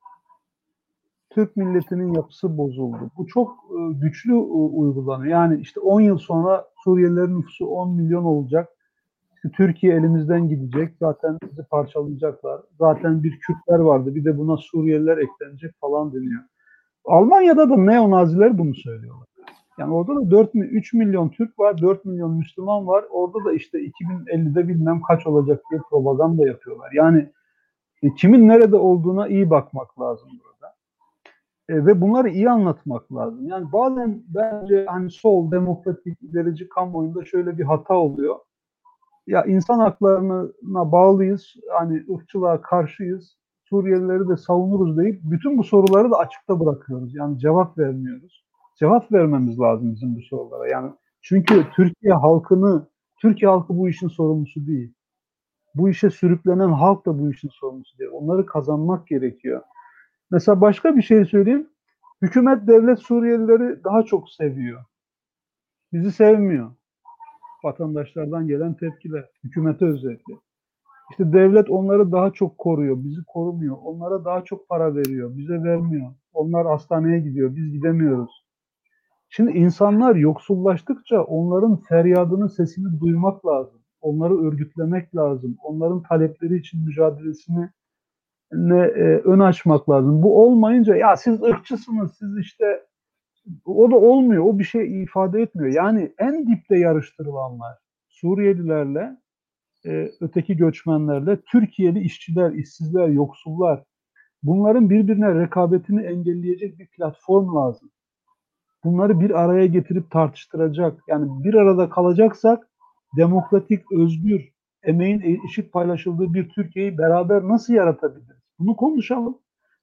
Speaker 2: Türk milletinin yapısı bozuldu. Bu çok e, güçlü e, uygulanıyor. Yani işte on yıl sonra Suriyelilerin nüfusu on milyon olacak. İşte Türkiye elimizden gidecek. Zaten bizi parçalayacaklar. Zaten bir Kürtler vardı. Bir de buna Suriyeliler eklenecek falan deniyor. Almanya'da da neonaziler bunu söylüyorlar. Yani orada da dört, üç milyon Türk var, dört milyon Müslüman var. Orada da işte iki bin ellide bilmem kaç olacak diye propaganda yapıyorlar. Yani e, kimin nerede olduğuna iyi bakmak lazım burada. E, ve bunları iyi anlatmak lazım. Yani bazen bence hani sol, demokratik, ilerici kamuoyunda şöyle bir hata oluyor. Ya insan haklarına bağlıyız, hani ırkçılığa karşıyız, Suriyelileri de savunuruz deyip bütün bu soruları da açıkta bırakıyoruz. Yani cevap vermiyoruz. Cevap vermemiz lazım bizim bu sorulara. Yani çünkü Türkiye halkını, Türkiye halkı bu işin sorumlusu değil. Bu işe sürüklenen halk da bu işin sorumlusu değil. Onları kazanmak gerekiyor. Mesela başka bir şey söyleyeyim. Hükümet, devlet Suriyelileri daha çok seviyor. Bizi sevmiyor. Vatandaşlardan gelen tepkiler. Hükümete özellikle. İşte devlet onları daha çok koruyor, bizi korumuyor. Onlara daha çok para veriyor, bize vermiyor. Onlar hastaneye gidiyor, biz gidemiyoruz. Şimdi insanlar yoksullaştıkça onların feryadının sesini duymak lazım. Onları örgütlemek lazım. Onların talepleri için mücadelesini ne, e, ön açmak lazım. Bu olmayınca ya siz ırkçısınız, siz işte, o da olmuyor. O bir şey ifade etmiyor. Yani en dipte yarıştırılanlar Suriyelilerle, e, öteki göçmenlerle, Türkiye'li işçiler, işsizler, yoksullar, bunların birbirine rekabetini engelleyecek bir platform lazım. Bunları bir araya getirip tartıştıracak. Yani bir arada kalacaksak demokratik, özgür, emeğin eşit paylaşıldığı bir Türkiye'yi beraber nasıl yaratabiliriz? Bunu konuşalım.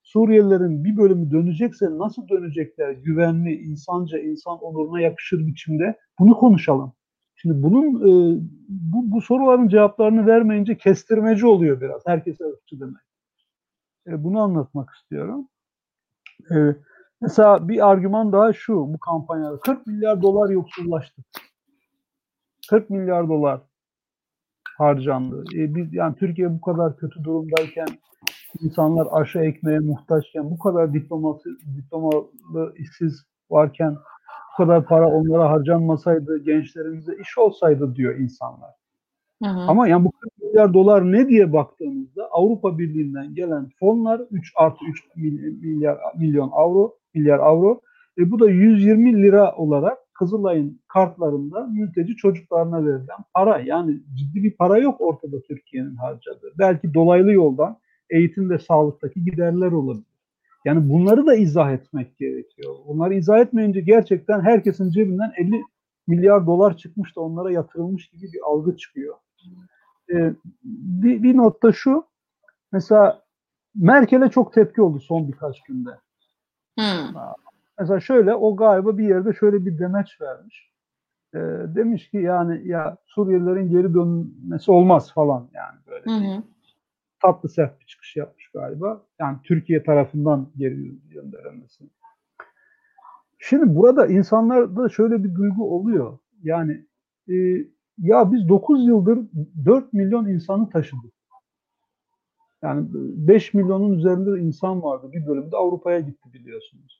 Speaker 2: Suriyelilerin bir bölümü dönecekse nasıl dönecekler? Güvenli, insanca, insan onuruna yakışır biçimde. Bunu konuşalım. Şimdi bunun e, bu, bu soruların cevaplarını vermeyince kestirmeci oluyor biraz. Herkese ırkçı demek. E, bunu anlatmak istiyorum. E, mesela bir argüman daha şu bu kampanyada. kırk milyar dolar yoksullaştı. kırk milyar dolar harcandı. E, biz yani Türkiye bu kadar kötü durumdayken, insanlar aşı ekmeğe muhtaçken, bu kadar diploması, diplomalı işsiz varken, bu kadar para onlara harcanmasaydı, gençlerimize iş olsaydı diyor insanlar.
Speaker 1: Hı hı.
Speaker 2: Ama yani bu kırk milyar dolar ne diye baktığımızda Avrupa Birliği'nden gelen fonlar üç artı üç milyar milyon avro, milyar avro. E bu da yüz yirmi lira olarak Kızılay'ın kartlarında mülteci çocuklarına verilen para. Yani ciddi bir para yok ortada Türkiye'nin harcadığı. Belki dolaylı yoldan eğitim ve sağlıktaki giderler olabilir. Yani bunları da izah etmek gerekiyor. Bunları izah etmeyince gerçekten herkesin cebinden elli milyar dolar çıkmış da onlara yatırılmış gibi bir algı çıkıyor. Ee, bir, bir notta şu, mesela Merkel'e çok tepki oldu son birkaç günde.
Speaker 1: Hmm.
Speaker 2: Mesela şöyle, o galiba bir yerde şöyle bir demeç vermiş. Ee, demiş ki yani ya Suriyelilerin geri dönmesi olmaz falan yani böyle.
Speaker 1: Hı hı.
Speaker 2: Tatlı sert bir çıkış yapmış galiba. Yani Türkiye tarafından geri gönderilmesi. Şimdi burada insanlarda şöyle bir duygu oluyor. Yani e, ya biz dokuz yıldır dört milyon insanı taşıdık. Yani beş milyonun üzerinde insan vardı. Bir bölümü de Avrupa'ya gitti biliyorsunuz.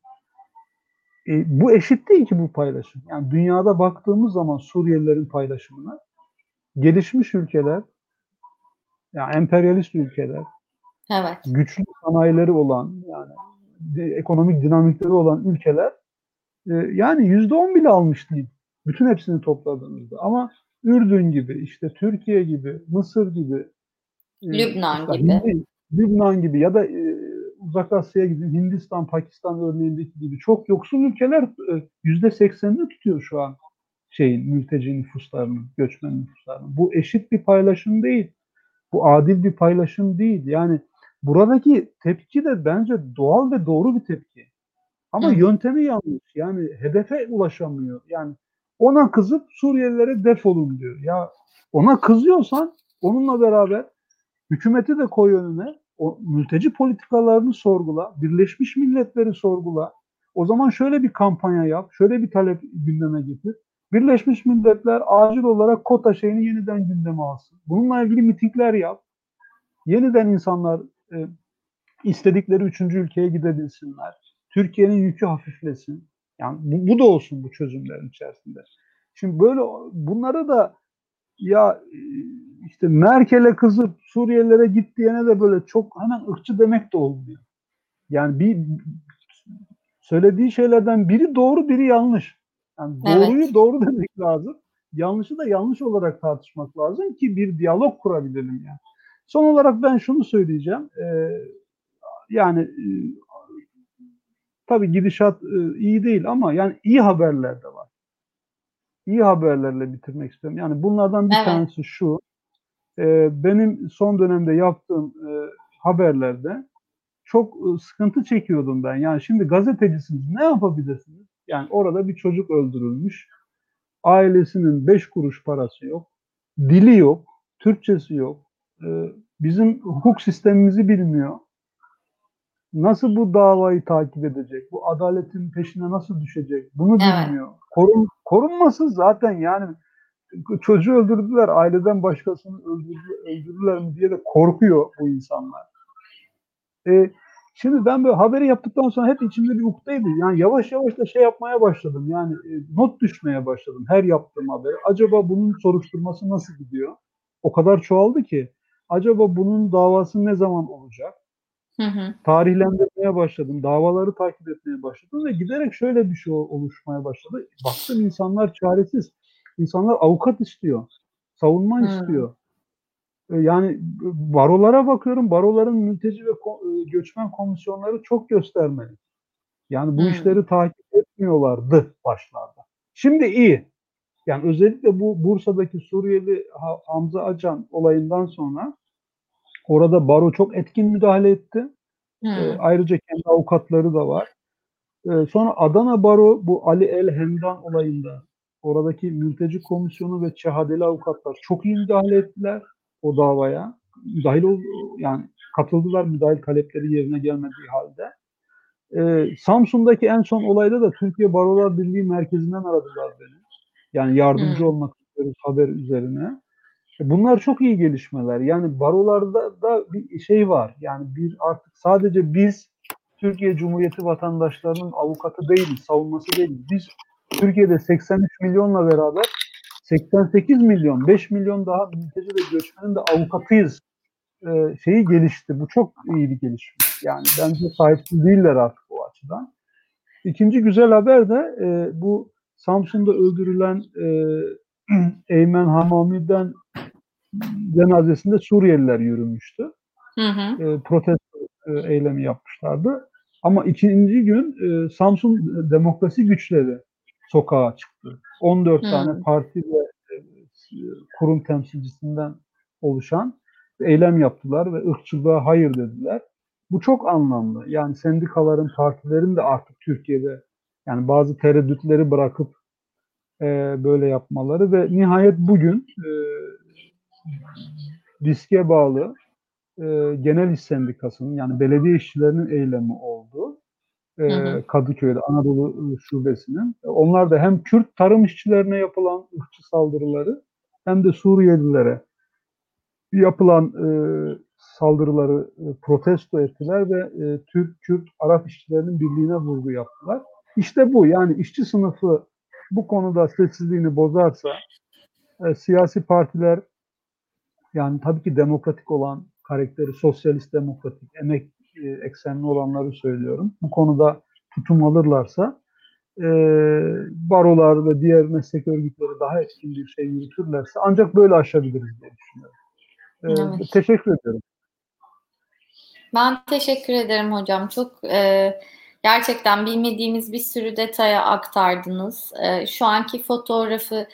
Speaker 2: E, bu eşit değil ki bu paylaşım. Yani dünyada baktığımız zaman Suriyelilerin paylaşımına gelişmiş ülkeler, yani emperyalist ülkeler,
Speaker 1: Evet.
Speaker 2: güçlü sanayileri olan, yani de, ekonomik dinamikleri olan ülkeler e, yani yüzde on bile almış değil. Bütün hepsini topladığımızda. Ama Ürdün gibi, işte Türkiye gibi, Mısır gibi, e,
Speaker 1: Lübnan
Speaker 2: işte
Speaker 1: gibi.
Speaker 2: Hindi, Lübnan gibi ya da e, Uzak Asya'ya gibi, Hindistan, Pakistan örneğindeki gibi çok yoksul ülkeler e, yüzde seksenini tutuyor şu an şeyin mülteci nüfuslarının, göçmen nüfuslarının. Bu eşit bir paylaşım değil. Bu adil bir paylaşım değil. Yani buradaki tepki de bence doğal ve doğru bir tepki.
Speaker 1: Hı
Speaker 2: Ama
Speaker 1: hı.
Speaker 2: yöntemi yanlış. Yani hedefe ulaşamıyor. Yani ona kızıp Suriyelilere defolun diyor. Ya ona kızıyorsan onunla beraber hükümeti de koy önüne. O mülteci politikalarını sorgula. Birleşmiş Milletleri sorgula. O zaman şöyle bir kampanya yap. Şöyle bir talep gündeme getir. Birleşmiş Milletler acil olarak kota şeyini yeniden gündeme alsın. Bununla ilgili mitingler yap. Yeniden insanlar e, istedikleri üçüncü ülkeye gidebilsinler. Türkiye'nin yükü hafiflesin. Yani bu, bu da olsun bu çözümlerin içerisinde. Şimdi böyle bunları da ya işte Merkel'e kızıp Suriyelilere git diyene de böyle çok hemen ırkçı demek de olmuyor. Yani bir söylediği şeylerden biri doğru, biri yanlış. Yani
Speaker 1: Evet.
Speaker 2: doğruyu doğru demek lazım. Yanlışı da yanlış olarak tartışmak lazım ki bir diyalog kurabilelim yani. Son olarak ben şunu söyleyeceğim. Ee, yani e, tabii gidişat e, iyi değil ama yani iyi haberler de var. İyi haberlerle bitirmek istiyorum. Yani bunlardan bir
Speaker 1: Evet.
Speaker 2: tanesi şu. E, benim son dönemde yaptığım e, haberlerde çok e, sıkıntı çekiyordum ben. Yani şimdi gazetecisiniz, ne yapabilirsiniz? Yani orada bir çocuk öldürülmüş. Ailesinin beş kuruş parası yok. Dili yok. Türkçesi yok. E, bizim hukuk sistemimizi bilmiyor. Nasıl bu davayı takip edecek? Bu adaletin peşine nasıl düşecek? Bunu
Speaker 1: Evet.
Speaker 2: bilmiyor. Korun, korunmasız zaten yani çocuğu öldürdüler, aileden başkasını öldürdüler, öldürdüler mi diye de korkuyor bu insanlar. E, şimdi ben böyle haberi yaptıktan sonra hep içimde bir ukdeydi. Yani yavaş yavaş da şey yapmaya başladım. Yani e, not düşmeye başladım her yaptığım haberi. Acaba bunun soruşturması nasıl gidiyor? O kadar çoğaldı ki. Acaba bunun davası ne zaman olacak?
Speaker 1: Hı hı.
Speaker 2: Tarihlendirmeye başladım. Davaları takip etmeye başladım ve giderek şöyle bir şey oluşmaya başladı. Baktım insanlar çaresiz. İnsanlar avukat istiyor. Savunma
Speaker 1: Hı.
Speaker 2: istiyor. E, Yani barolara bakıyorum. Baroların mülteci ve ko- e, göçmen komisyonları çok göstermeli. Yani bu
Speaker 1: Hı.
Speaker 2: işleri takip etmiyorlardı başlarda. Şimdi iyi. Yani özellikle bu Bursa'daki Suriyeli Hamza Acan olayından sonra orada baro çok etkin müdahale etti. E,
Speaker 1: Hmm.
Speaker 2: ayrıca kendi avukatları da var. E, sonra Adana Baro bu Ali El Hemdan olayında oradaki mülteci komisyonu ve Çehadeli avukatlar çok iyi müdahale ettiler o davaya. Müdahil oldu, yani katıldılar müdahil talepleri yerine gelmediği halde. Ee, Samsun'daki en son olayda da Türkiye Barolar Birliği Merkezi'nden aradılar beni. Yani yardımcı
Speaker 1: Hmm.
Speaker 2: olmak istiyoruz haber üzerine. E, Bunlar çok iyi gelişmeler. Yani barolarda da bir şey var. Yani bir artık sadece biz Türkiye Cumhuriyeti vatandaşlarının avukatı değiliz, savunması değiliz. Biz Türkiye'de seksen üç milyonla beraber seksen sekiz milyon, beş milyon daha mülteci ve göçmenin de avukatıyız e, şeyi gelişti. Bu çok iyi bir gelişme. Yani bence sahipsiz değiller artık o açıdan. İkinci güzel haber de e, bu Samsun'da öldürülen e, Eymen Hamami'den cenazesinde Suriyeliler yürümüştü.
Speaker 1: Hı hı.
Speaker 2: E, protesto e, eylemi yapmışlardı. Ama ikinci gün e, Samsun demokrasi güçleri sokağa çıktı. on dört tane
Speaker 1: Hmm.
Speaker 2: parti ve e, kurum temsilcisinden oluşan eylem yaptılar ve ırkçılığa hayır dediler. Bu çok anlamlı. Yani sendikaların, partilerin de artık Türkiye'de yani bazı tereddütleri bırakıp e, böyle yapmaları ve nihayet bugün e, diske bağlı e, Genel İş Sendikası'nın yani belediye işçilerinin eylemi oldu. E,
Speaker 1: Hı hı.
Speaker 2: Kadıköy'de Anadolu Şubesi'nin. Onlar da hem Kürt tarım işçilerine yapılan ırkçı saldırıları hem de Suriyelilere yapılan e, saldırıları e, protesto ettiler ve e, Türk, Kürt, Arap işçilerinin birliğine vurgu yaptılar. İşte bu yani işçi sınıfı bu konuda sessizliğini bozarsa e, siyasi partiler yani tabii ki demokratik olan karakteri sosyalist demokratik, emek e, eksenli olanları söylüyorum. Bu konuda tutum alırlarsa e, barolar ve diğer meslek örgütleri daha etkin bir şey yürütürlerse ancak böyle aşabiliriz diye düşünüyorum. E,
Speaker 1: Evet.
Speaker 2: teşekkür ediyorum.
Speaker 1: Ben teşekkür ederim hocam. Çok e, gerçekten bilmediğimiz bir sürü detaya aktardınız. E, şu anki fotoğrafı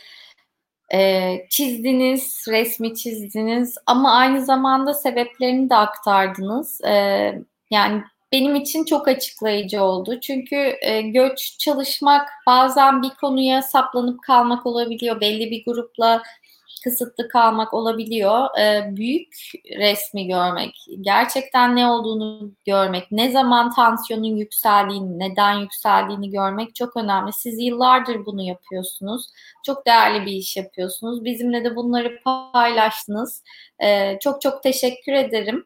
Speaker 1: e, çizdiniz, resmi çizdiniz ama aynı zamanda sebeplerini de aktardınız. E, yani benim için çok açıklayıcı oldu. Çünkü e, göç çalışmak bazen bir konuya saplanıp kalmak olabiliyor. Belli bir grupla kısıtlı kalmak olabiliyor. Ee, büyük resmi görmek, gerçekten ne olduğunu görmek, ne zaman tansiyonun yükseldiğini, neden yükseldiğini görmek çok önemli. Siz yıllardır bunu yapıyorsunuz. Çok değerli bir iş yapıyorsunuz. Bizimle de bunları paylaştınız. Ee, çok çok teşekkür ederim.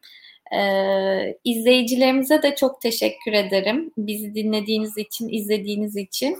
Speaker 1: Ee, izleyicilerimize de çok teşekkür ederim. Bizi dinlediğiniz için, izlediğiniz için.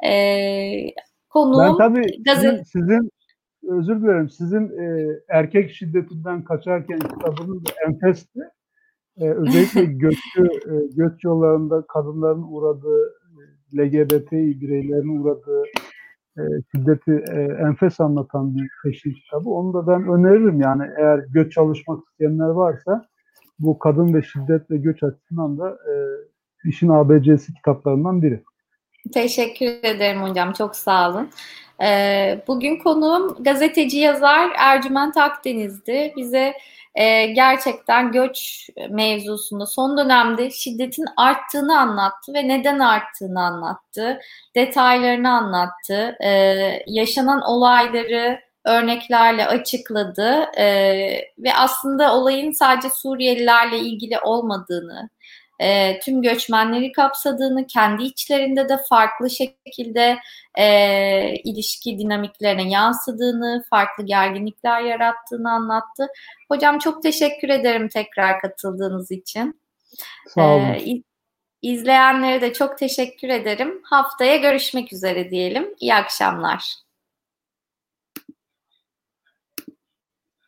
Speaker 1: Ee,
Speaker 2: Ben
Speaker 1: konuğum
Speaker 2: tabii
Speaker 1: gazete.
Speaker 2: sizin, sizin özür dilerim, sizin e, erkek şiddetinden kaçarken kitabınız da enfesti. E, özellikle göççü, e, göç yollarında kadınların uğradığı, e, L G B T bireylerin uğradığı e, şiddeti e, enfes anlatan bir teşhir kitabı. Onu da ben öneririm yani eğer göç çalışmak isteyenler varsa bu kadın ve şiddet ve göç açısından da e, işin A B C'si kitaplarından biri.
Speaker 1: Teşekkür ederim hocam. Çok sağ olun. Ee, bugün konuğum gazeteci yazar Ercüment Akdeniz'di. Bize e, gerçekten göç mevzusunda son dönemde şiddetin arttığını anlattı ve neden arttığını anlattı. Detaylarını anlattı. Ee, yaşanan olayları örneklerle açıkladı. Ee, ve aslında olayın sadece Suriyelilerle ilgili olmadığını, e, tüm göçmenleri kapsadığını, kendi içlerinde de farklı şekilde e, ilişki dinamiklerine yansıdığını, farklı gerginlikler yarattığını anlattı. Hocam çok teşekkür ederim tekrar katıldığınız için.
Speaker 2: Sağ
Speaker 1: E,
Speaker 2: olun.
Speaker 1: izleyenlere de çok teşekkür ederim. Haftaya görüşmek üzere diyelim. İyi akşamlar.